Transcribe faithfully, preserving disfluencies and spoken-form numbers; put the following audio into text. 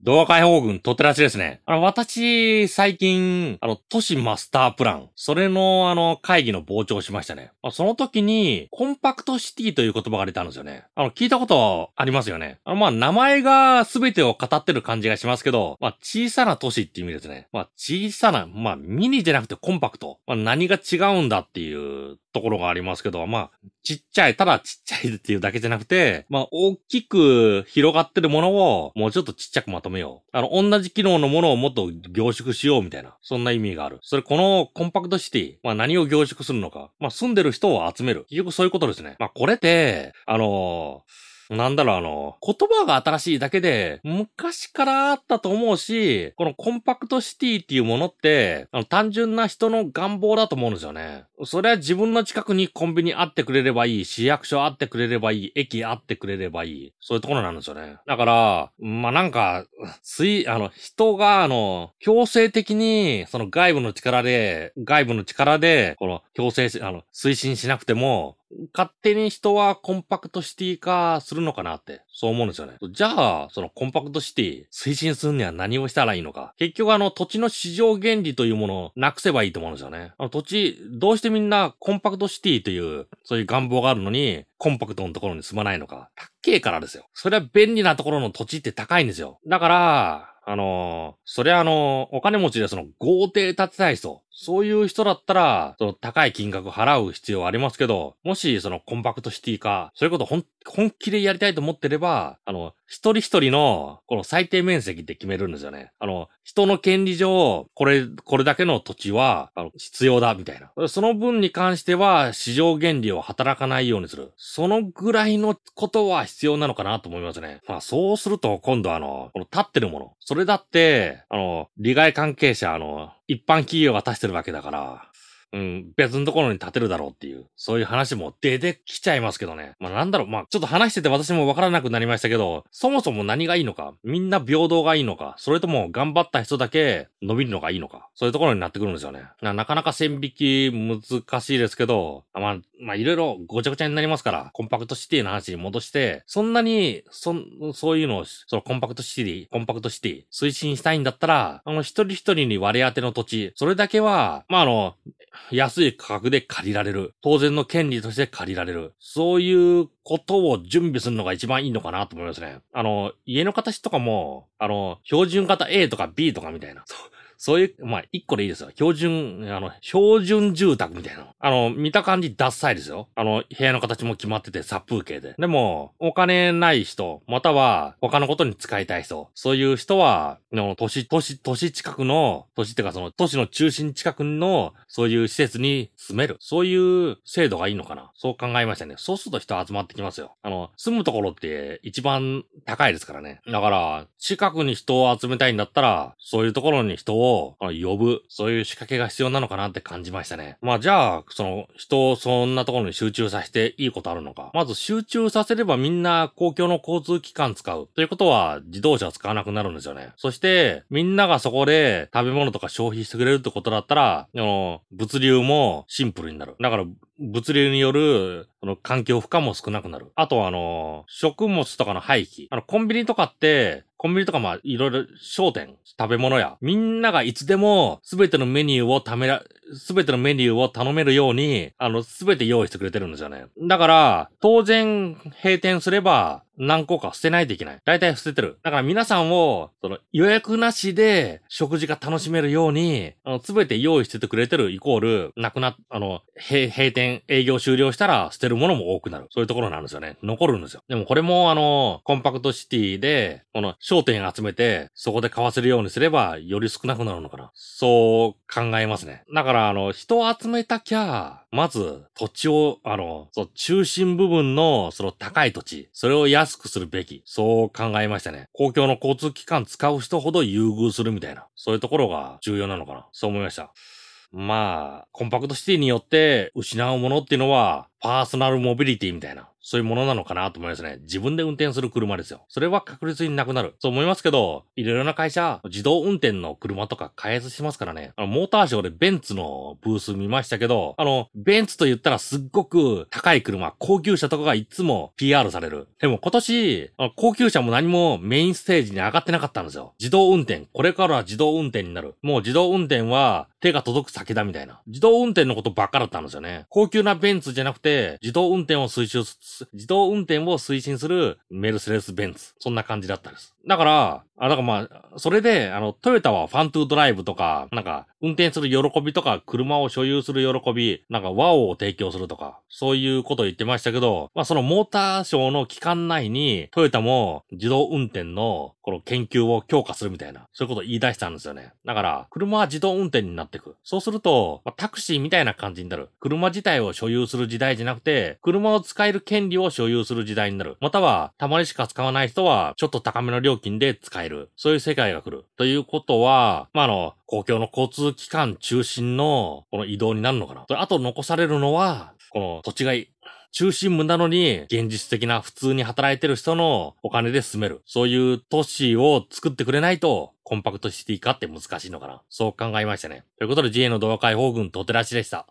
動画開放群とってらっしゃですね。あの、私、最近、あの、都市マスタープラン、それの、あの、会議の傍聴しましたね。まあ、その時に、コンパクトシティという言葉が出たんですよね。あの、聞いたことありますよね。あの、まあ、名前が全てを語ってる感じがしますけど、まあ、小さな都市っていう意味ですね。まあ、小さな、まあ、ミニじゃなくてコンパクト。まあ、何が違うんだっていうところがありますけど、まあ、ちっちゃい、ただちっちゃいっていうだけじゃなくて、まあ、大きく広がってるものを、もうちょっとちっちゃくまとめよう。あの、同じ機能のものをもっと凝縮しようみたいな、そんな意味がある。それ、このコンパクトシティ、まあ何を凝縮するのか。まあ住んでる人を集める。結局そういうことですね。まあこれって、あのー、なんだろう、あの、言葉が新しいだけで、昔からあったと思うし、このコンパクトシティっていうものって、あの、単純な人の願望だと思うんですよね。それは自分の近くにコンビニあってくれればいい、市役所あってくれればいい、駅あってくれればいい、そういうところなんですよね。だから、まあ、なんか、すい、あの、人が、あの、強制的に、その外部の力で、外部の力で、この、強制し、あの、推進しなくても、勝手に人はコンパクトシティ化するのかなって、そう思うんですよね。じゃあ、そのコンパクトシティ推進するには何をしたらいいのか。結局あの土地の市場原理というものをなくせばいいと思うんですよね。あの土地、どうしてみんなコンパクトシティという、そういう願望があるのに、コンパクトのところに住まないのか。高えからですよ。それは便利なところの土地って高いんですよ。だから、あのー、それはあのー、お金持ちでその豪邸建てたい人、そういう人だったら、その高い金額払う必要はありますけど、もしそのコンパクトシティ化、そういうこと本、本気でやりたいと思ってれば、あの、一人一人の、この最低面積って決めるんですよね。あの、人の権利上、これ、これだけの土地は、あの、必要だ、みたいな。その分に関しては、市場原理を働かないようにする。そのぐらいのことは必要なのかなと思いますね。まあ、そうすると、今度あの、この立ってるもの。それだって、あの、利害関係者、あの、一般企業が出してるわけだから、うん、別のところに建てるだろうっていう、そういう話も出てきちゃいますけどね。まあなんだろう、まあちょっと話してて私もわからなくなりましたけど、そもそも何がいいのか、みんな平等がいいのか、それとも頑張った人だけ伸びるのがいいのか、そういうところになってくるんですよね。な, なかなか線引き難しいですけど、まあ、まあいろいろごちゃごちゃになりますから、コンパクトシティの話に戻して、そんなに、そ、そういうのを、そのコンパクトシティ、コンパクトシティ、推進したいんだったら、あの一人一人に割り当ての土地、それだけは、まああの、安い価格で借りられる。当然の権利として借りられる。そういうことを準備するのが一番いいのかなと思いますね。あの、家の形とかも、あの、標準型 A とか B とかみたいな。そういう、まあ、一個でいいですよ。標準、あの、標準住宅みたいな。あの、見た感じダッサいですよ。あの、部屋の形も決まってて殺風景で。でも、お金ない人、または他のことに使いたい人、そういう人は、の、都市、都市、都市近くの、都市ってかその、都市の中心近くの、そういう施設に住める。そういう制度がいいのかな。そう考えましたね。そうすると人集まってきますよ。あの、住むところって一番高いですからね。だから、近くに人を集めたいんだったら、そういうところに人をを呼ぶ、そういう仕掛けが必要なのかなって感じましたね。まあじゃあ、その人をそんなところに集中させていいことあるのか。まず集中させればみんな公共の交通機関使う。ということは自動車を使わなくなるんですよね。そしてみんながそこで食べ物とか消費してくれるってことだったら、あの、物流もシンプルになる。だから物流による、その環境負荷も少なくなる。あとはあの、食物とかの廃棄。あの、コンビニとかって、コンビニとかまあ、いろいろ商店、食べ物や、みんながいつでも、すべてのメニューをためら、すべてのメニューを頼めるように、あの、すべて用意してくれてるんですよね。だから、当然、閉店すれば、何個か捨てないといけない。大体捨ててる。だから皆さんを、その予約なしで食事が楽しめるように、あの、すべて用意しててくれてるイコール、なくな、あの、閉、閉店、営業終了したら捨てるものも多くなる。そういうところなんですよね。残るんですよ。でもこれもあの、コンパクトシティで、この商店集めて、そこで買わせるようにすれば、より少なくなるのかな。そう考えますね。だからあの、人を集めたきゃ、まず、土地を、あの、そう、中心部分の、その高い土地、それを安くするべき。そう考えましたね。公共の交通機関使う人ほど優遇するみたいな。そういうところが重要なのかな。そう思いました。まあ、コンパクトシティによって失うものっていうのは、パーソナルモビリティみたいな。 そういうものなのかなと思いますね。自分で運転する車ですよ。それは確実になくなる。そう思いますけど、いろいろな会社、自動運転の車とか開発しますからね。あの、モーターショーでベンツのブース見ましたけど、あの、ベンツと言ったらすっごく高い車、高級車とかがいつも ピーアール される。でも今年、あの高級車も何もメインステージに上がってなかったんですよ。自動運転。これからは自動運転になる。もう自動運転は手が届く先だみたいな。自動運転のことばっかだったんですよね。高級なベンツじゃなくて、自動運転を推進す、自動運転を推進するメルセデス・ベンツ。そんな感じだったです。だから、あ、だからまあ、それで、あの、トヨタはファントゥードライブとか、なんか、運転する喜びとか、車を所有する喜び、なんか、ワオを提供するとか、そういうことを言ってましたけど、まあ、そのモーターショーの期間内に、トヨタも自動運転の、この研究を強化するみたいな、そういうことを言い出したんですよね。だから、車は自動運転になっていく。そうすると、まあ、タクシーみたいな感じになる。車自体を所有する時代じゃなくて、車を使える権利を所有する時代になる。または、たまにしか使わない人は、ちょっと高めの料金で使える。そういう世界が来る。ということは、まあ、あの、公共の交通機関中心の、この移動になるのかな。あと残されるのは、この土地が中心部なのに、現実的な普通に働いてる人のお金で住める。そういう都市を作ってくれないと、コンパクトシティ化って難しいのかな。そう考えましたね。ということで ジェーエー の動画解放軍とてらしでした。